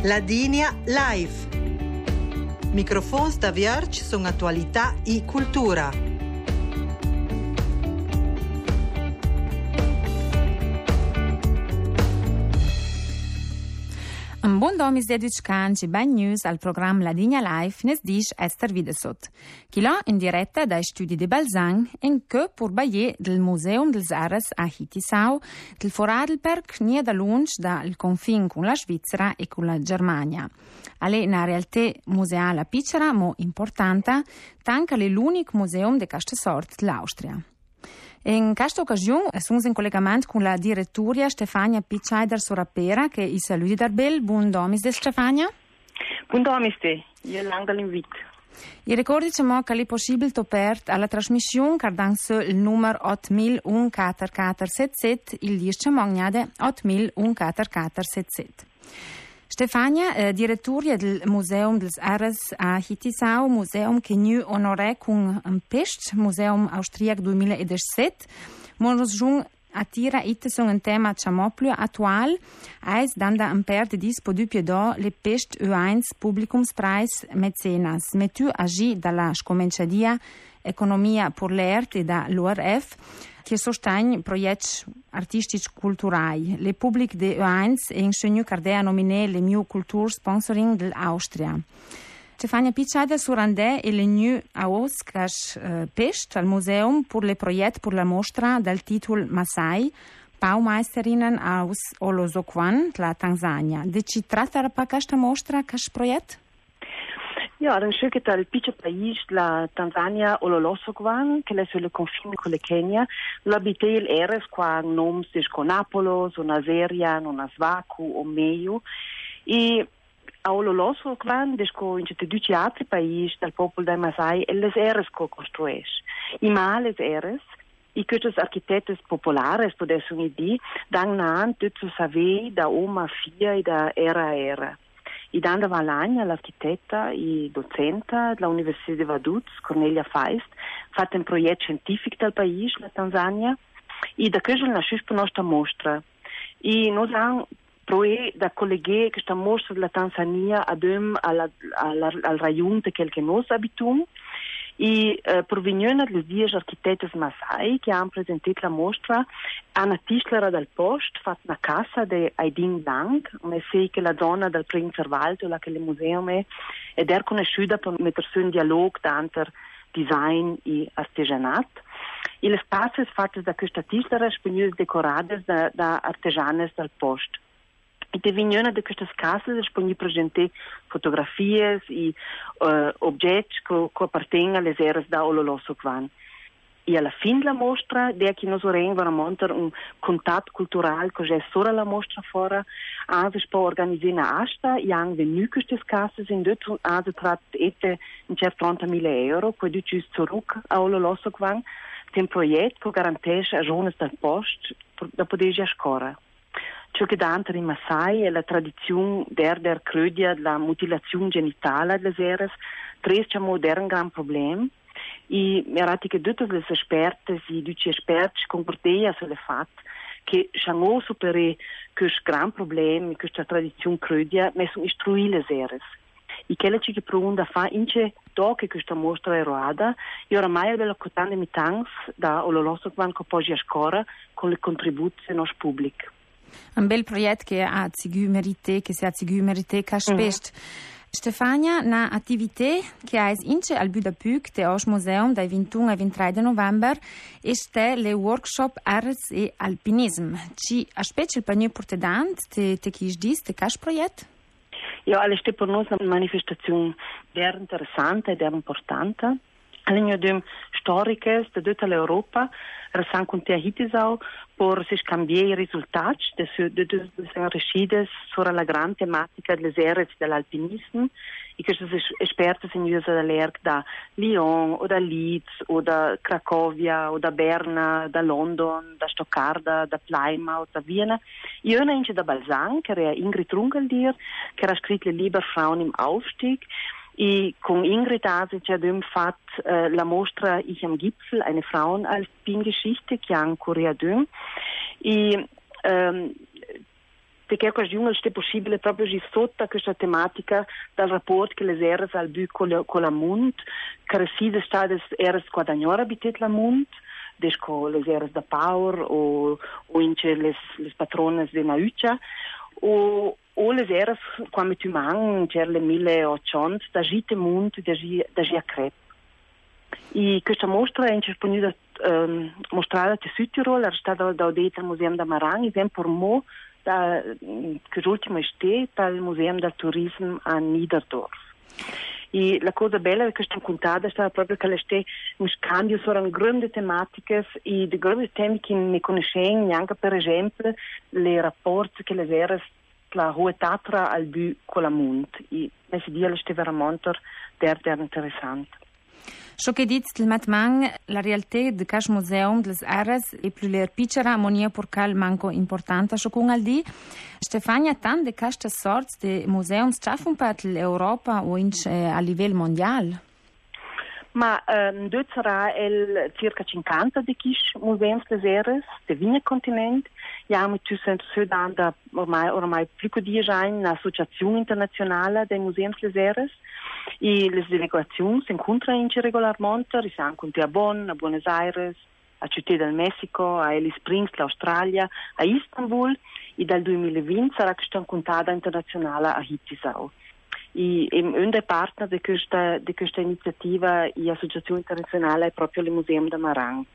Ladinia Live. Microfons da Vierge sono attualità e cultura. Un buon domis dedic canci ben news al programma Ladinia Live nes dish Esther Videsot. Chi là in diretta dai studi di Balzan in che pur baie del Museum dels Ares a Hittisau, del Vorarlberg nie da lunch dal confin con la Svizzera e con la Germania. Ale una realtà museale piccera mo importante, tanca le l'unico museum de questa sort dell'Austria. In questa occasione sono in collegamento con la direttoria Stefania Pitscheider-Sorapera, che i saluti darbel. Buon domis de Stefania. Buon domis te, io lango l'invito. I ricordiamo che è possibile topert alla trasmissione cardando il numero 801447, il 10 mognade 801447. Stefania, direttoria del Museum dels Ares a Hittisau, museum che nu onore con un pest, Museum Austriac 2017. Monosjung attira ite son un tema ciamo più attuale, eis danda un per de dispodupie do le pest U1 Publikumspreis Mecenas. Metu agi dalla scominciadia Economia per l'Art e da l'ORF, che sostiene progetti artistici culturali. Le pubbliche de U1 e ingegno cardea nominé le New Culture Sponsoring dell'Austria. Stefania Pitscheider surande e le New Auskas Pest al Museum per le progetti per la mostra dal titolo Masai, Baumeisterinnen aus Olosokwan, la Tanzania. De ci tratta per questa mostra, questo progetto? Ja, dan scelgo il piccolo paese, la Tanzania Ololosokwan, che è sul confine con la Kenya. L'abite il Eres, qua noms con Napolos, o Naseria, o Nasvaku, o Meio. E a Ololosokwan, desco in tutti gli altri paesi del popolo dei Masai, e le Eres costruisce. I male Eres, i questi architetti popolari, potessero dire, danno anche tutto sapere da Oma Fia e da Era a Era. I Danda Valagna, l'architetta e docente dell'Università di Vaduz, Cornelia Feist, ha fatto un progetto scientifico del paese, la Tanzania, e da questo nasce la nostra mostra. E noi abbiamo provato da collegare questa mostra della Tanzania al rayon di quel che noi abitiamo. E provenienti dagli 10 architetti Masai che hanno presentato la mostra, Anna Tischler dal Post, fatta una casa di Aydin Lang, ma sei che la zona del Prinzerwald, là che il museo è, ed è conosciuta per mettersi in dialogo tra design e artigianato. E le spazi fatte da questa Tischler sono decorate da artigiani dal Post. E te vengono da queste case disponibili presentare fotografie e oggetti che appartengono alle eras da Ololosokwan. E alla fine della mostra, che noi avremo veramente un contatto culturale che è solo la mostra fuori, anche per organizzare una asta, e anche venuto queste case, in due anche tratto un certo 30.000 euro, poi ci zurück a Ololosokwan, è un progetto che garantisce a giovani del posto da poter a scuola. Ciò che dà in Masai è la tradizione der credia della mutilazione genitale delle eras, è un gran problema. E mirati che tutte le esperte e tutti gli esperti concordano sul fatto che siamo superare questo gran problema, questa tradizione credia, ma sono istruire le eras. E quello che provano fa in che tocca questa mostra errata, e oramai è la cotande mitangs da Ololosokwan che poggi a scuola con le contribuzioni del nostro pubblico. Un bel progetto che si ha merité caspest. Stefania, una attività che ha ince al Budapest del Museum dai 21 al 23 novembre è le workshop Arts e Alpinism. Ci aspetta il più importante te chi dis te cas progetto? Ja, alle è per noi una manifestazione sehr interessante e sehr importante. Alle abbiamo storiche da tutta l'Europa, rassan con te a Hittisau, per si scambiare i risultati di riuscite sulla grande tematica delle eras dell'alpinismo, e questi esperti si usano dall'ERC da Lyon, o da Leeds, o da Cracovia, o da Berna, da London, da Stoccarda, da Plymouth, da Vienna. Io ho anche da Balzan, che era Ingrid Rungeldier, che ha scritto il libro Frauen im Aufstieg. E con Ingrid abbiamo fatto la mostra Ich am Gipfel, eine Frauenalpingeschichte, che ha ancora e perché questa è possibile proprio sotto questa tematica dal rapporto che le eras al bu con la mund, che reside sta des eras guadagnora abitet la mund, desco le eras da Power o ince les patrones de Nauccia, o le eras quando tu man c'era le 1800 da gite mund da gia crep. E questa mostra è disponibile mostrata a Südtirol, è stata da Odeta al Museum da Marang, e per mo che l'ultima estate dal Museum del Turismo a Niederdorf. E la cosa bella di questa puntata è stata proprio che c'è un scambio su grandi tematiche e di grandi temi che ne conosciamo, anche per esempio le rapporti che le eras la Rua Tatra al bu con la Mund. E mi si dice che è veramente interessante. Ciò che dice il Matmang, la realtà di questo museum delle eras è più piccola, ma non è perché manco importante. Ciò che al di Stefania, tanto di queste sorte di museum schaffen per l'Europa o a livello mondiale? Ma dove sarà circa 50 di questi museum delle eras, del vigno continente. Abbiamo da ormai più di 10 anni un'associazione internazionale dei museum delle eras. E le delegazioni si incontrano regolarmente, si incontrano a Bonn, a Buenos Aires, a Città del Messico, a Alice Springs, l'Australia, a Istanbul, e dal 2020 sarà questa incontrata internazionale a Hittisau. E un dei partner di questa iniziativa e associazione internazionale è proprio il Museum da Marang.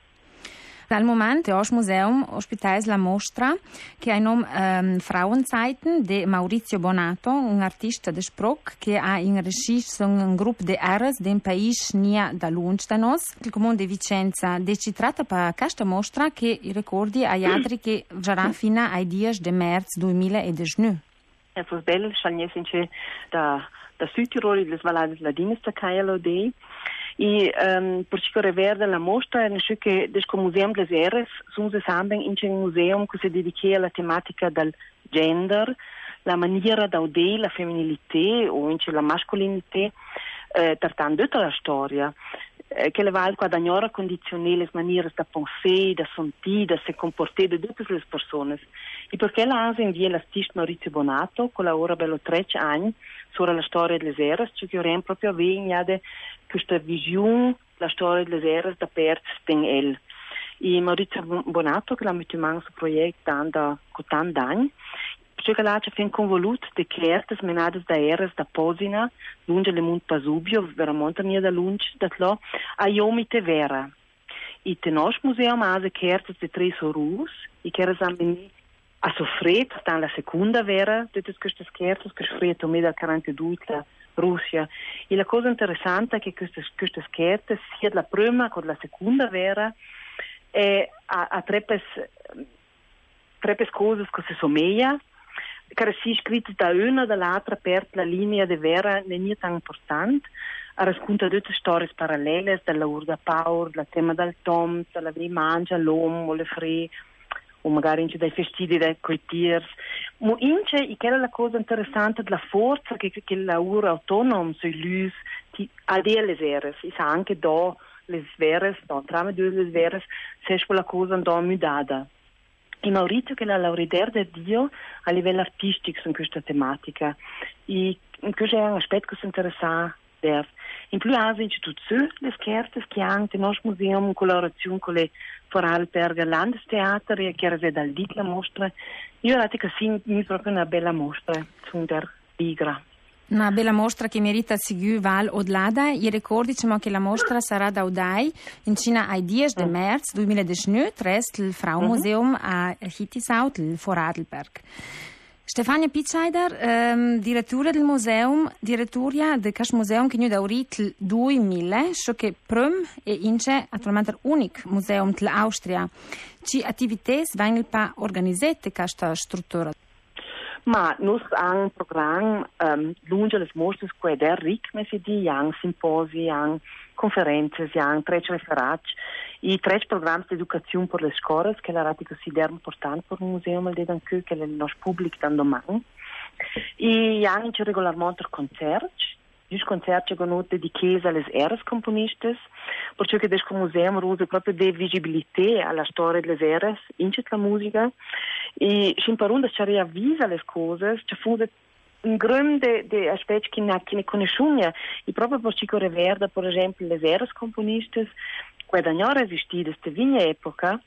Al momento, il museum ospita la mostra che ha il nome Frauenzeiten di Maurizio Bonato, un artista di Sproc che ha in regia un gruppo di eras di un paese nia da lungo da nos. Il comune di Vicenza decitrata per questa mostra che i ricordi agli altri che verrà fino ai 10 di marzo 2019. È bello, che da Südtirol e le Valade Ladine sta Caialo Dei. E per ciò che riguarda la mostra, è che il Museum delle Eras sono sempre in un museum che si dedica alla tematica del gender, la maniera da udire la femminilità o la mascolinità, trattando tutta la storia, che le va a dagnare condizionare le maniere da pensare, da sentire, da si comportare di tutte le persone. E perché la ASA invia l'artista Maurizio Bonato, con la ora bello 13 anni, sulla storia delle eras, che vorremmo proprio avere questa visione, la storia delle eras da perto in el. E Maurizio Bonato, che l'ha messo in mano questo progetto da 80 anni, perché l'ha fatto convoluto di carte menate da eras da Posina, lunge le Mont Pasubio, veramente non da lunge, da là, a Iomite Vera. E il nostro museum ha carte di 3 sorus, e che erano a soffrire, sta la seconda vera, tutte queste carte che soffrito dal 42 la Russia. E la cosa interessante è che queste carte, sia la prima che la seconda vera, ha tre cose che si somigliano, che si scritte da una e dall'altra per la linea di vera non è tan importante, racconta tutte storie parallele, dalla Urda Power, la tema del Tom, dalla via mangia, l'uomo, le free, o magari anche dai festini, dai coitiers. Ma ince, e che è la cosa interessante della forza che la ura autonoma sui lus ha delle eras, e sa anche da le veres, tramite due le veres, se la cosa andò mudata. E Maurizio che è la laureata di Dio a livello artistico in questa tematica, e questo è un aspetto che è interessante. In più ha istituzioni, le carte che hanno il nostro museum in collaborazione con le Vorarlberger Landestheater e che era dal DIT la mostra. Io ho detto che sì, è proprio una bella mostra su der Bigra. Una bella mostra che merita seguire Val Odlada. I ricordiamo che la mostra sarà da Udai in Cina ai 10 di marzo 2019 presso il Fraumuseum a Hittisau, il Vorarlberg. Stefania Pizzaider, direttore del museum, direttoria di questo museum che noi da il 2000, so che prum e ince attualmente l'unico museum dell'Austria. Ci attività vengono organizzate questa struttura? Ma noi abbiamo un programma lungo le mostre che è ricco, ma si dice, hanno simposi, hanno conferenze, hanno 3 referati e 3 programmi di educazione per le scuole, che la rati considero importante per un museum che è il nostro pubblico da domani. E hanno regolarmente concerti. Gli concerti sono dedicati alle eras componiste, perciò che questo museo usa proprio di visibilità alla storia delle eras, in la musica, e ci imparando a riavvisa le cose, ci fu un grande aspetto che ne conosciamo, e proprio per ciò che riguarda, per esempio, le eras componiste, che non resistite questa vigna epoca,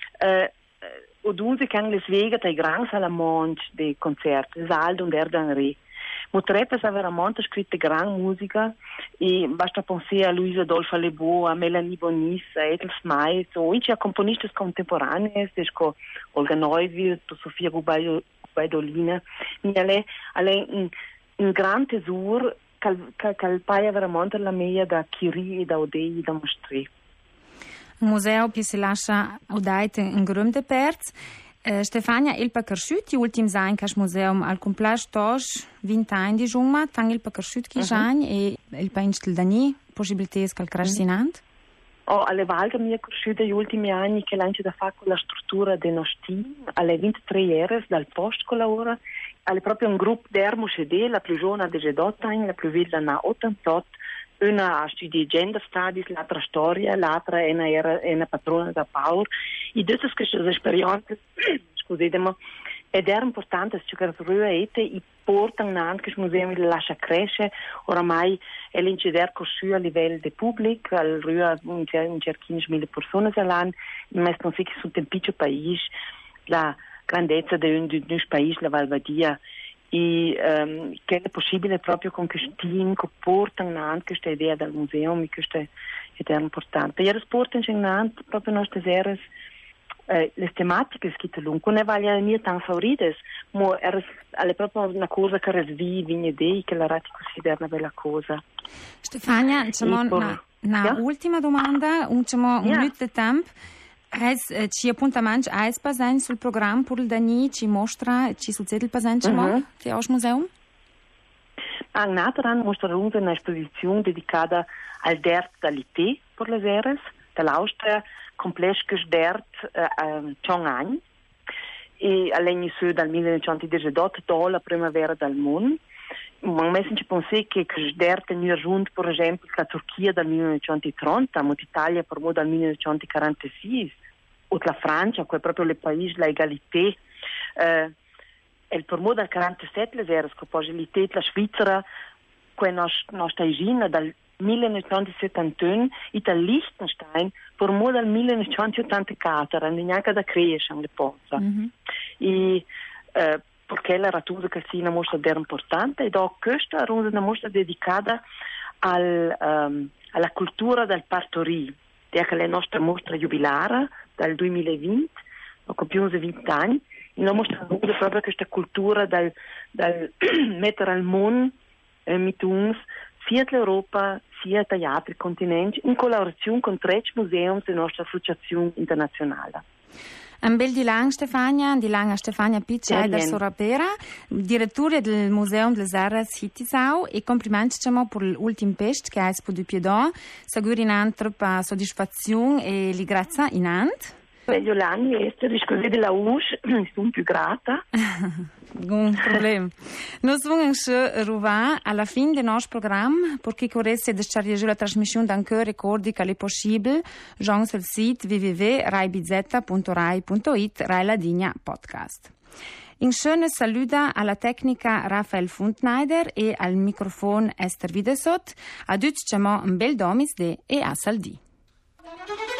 o dunque che le sveghe dai grandi salamonti dei concerti, Saldo und Erdanri. Motreppe sa veramente scritto grande musica e basta pensare a Luisa Adolfa Lebo, a Melanie Bonis, a Ethel Smythe, o anche a componiste contemporanee, come Olga Neuwirth, Sofia Gubaidolina. Lei è un grande tesoro che paia veramente la meia da Curie e da Odei e da Mostré. Un museo che si lascia udait in grumde perz. Stefania, il pa cresciut, gli ultimi anni che il museum al complesso tos 20 anni di giugno, tang il pa cresciut chi anni e il pa instel dani possibilità che crescinant? Alle valga mi è cresciuta gli ultimi anni che l'anche da fa con la struttura del nostro team, alle 23 eres dal post con la ora, alle proprio un gruppo d'ermo CD, la più giovane ha 18 anni, la più vecchia ha 88. Una ha studiato gender studies, l'altra storia, l'altra è una patrona da Power. E tutte queste esperienze, scusatemi, ed era importante che i portano anche il museo li lascia crescere, oramai è l'incidere così a livello di pubblico, al Rua in circa 15.000 persone all'anno, ma non si che su un piccolo paese, la grandezza di un paese, la Valvadia, e che è possibile proprio con questo team che portano anche questa idea del museo e questa idea importante. E portano anche proprio le nostre eras le tematiche che non valgono niente tan favorite, ma è proprio una cosa che resvive in idee che la rati considera una bella cosa. Stefania, diciamo una ultima domanda, un minuto di tempo. Ci appuntamenti hai passato sul programma per il Dani, ci mostra, ci succede il passaggio che ho al museo? A Natran mostra un'esposizione dedicata al dert dall'Ité per le eras, dall'Austria, complesso dert Chong'an, e all'inizio dal 1918 dopo la primavera del mondo. Ma me ci pensare che dert è giunto, per esempio, la Turchia dal 1930, ma l'Italia per me dal 1946, o la Francia, che è proprio il paese la egalité, e per me dal 1947 le eras, che poi l'Italia, la Svizzera, che è nostra isina dal 1971, e dal Liechtenstein, per me dal 1984, non è neanche da crescere le pozze. E perché la ratusa che sia una mostra importante, e da questa è una mostra dedicata alla cultura del partorì, che è la nostra mostra jubilare dal 2020, compiamo 20 anni, e la mostra proprio questa cultura del mettere al mondo mit uns, sia l'Europa, sia dagli altri continenti, in collaborazione con 3 musei della nostra associazione internazionale. Un bel di lang, Stefania a Stefania Piccia da Sorapera, direttore del Museum delle Eras Hittisau, e complimenti per l'ultimo pest che hai potuto piedò, saguri in altro per soddisfazione e li grazie in ant. Meglio l'anno essere scusi della USH, sono più grata. Non problema. Noi vamos arrivare alla fine del nostro programma, perché vorreste lasciare la trasmissione ancora ricordi che è possibile, già sul sito www.raibizetta.rai.it, Rai Ladigna Podcast. Un schönes saluto alla tecnica Raphael Funtneider e al microfono Esther Videsot. A tutti un bel domis de e a saldi.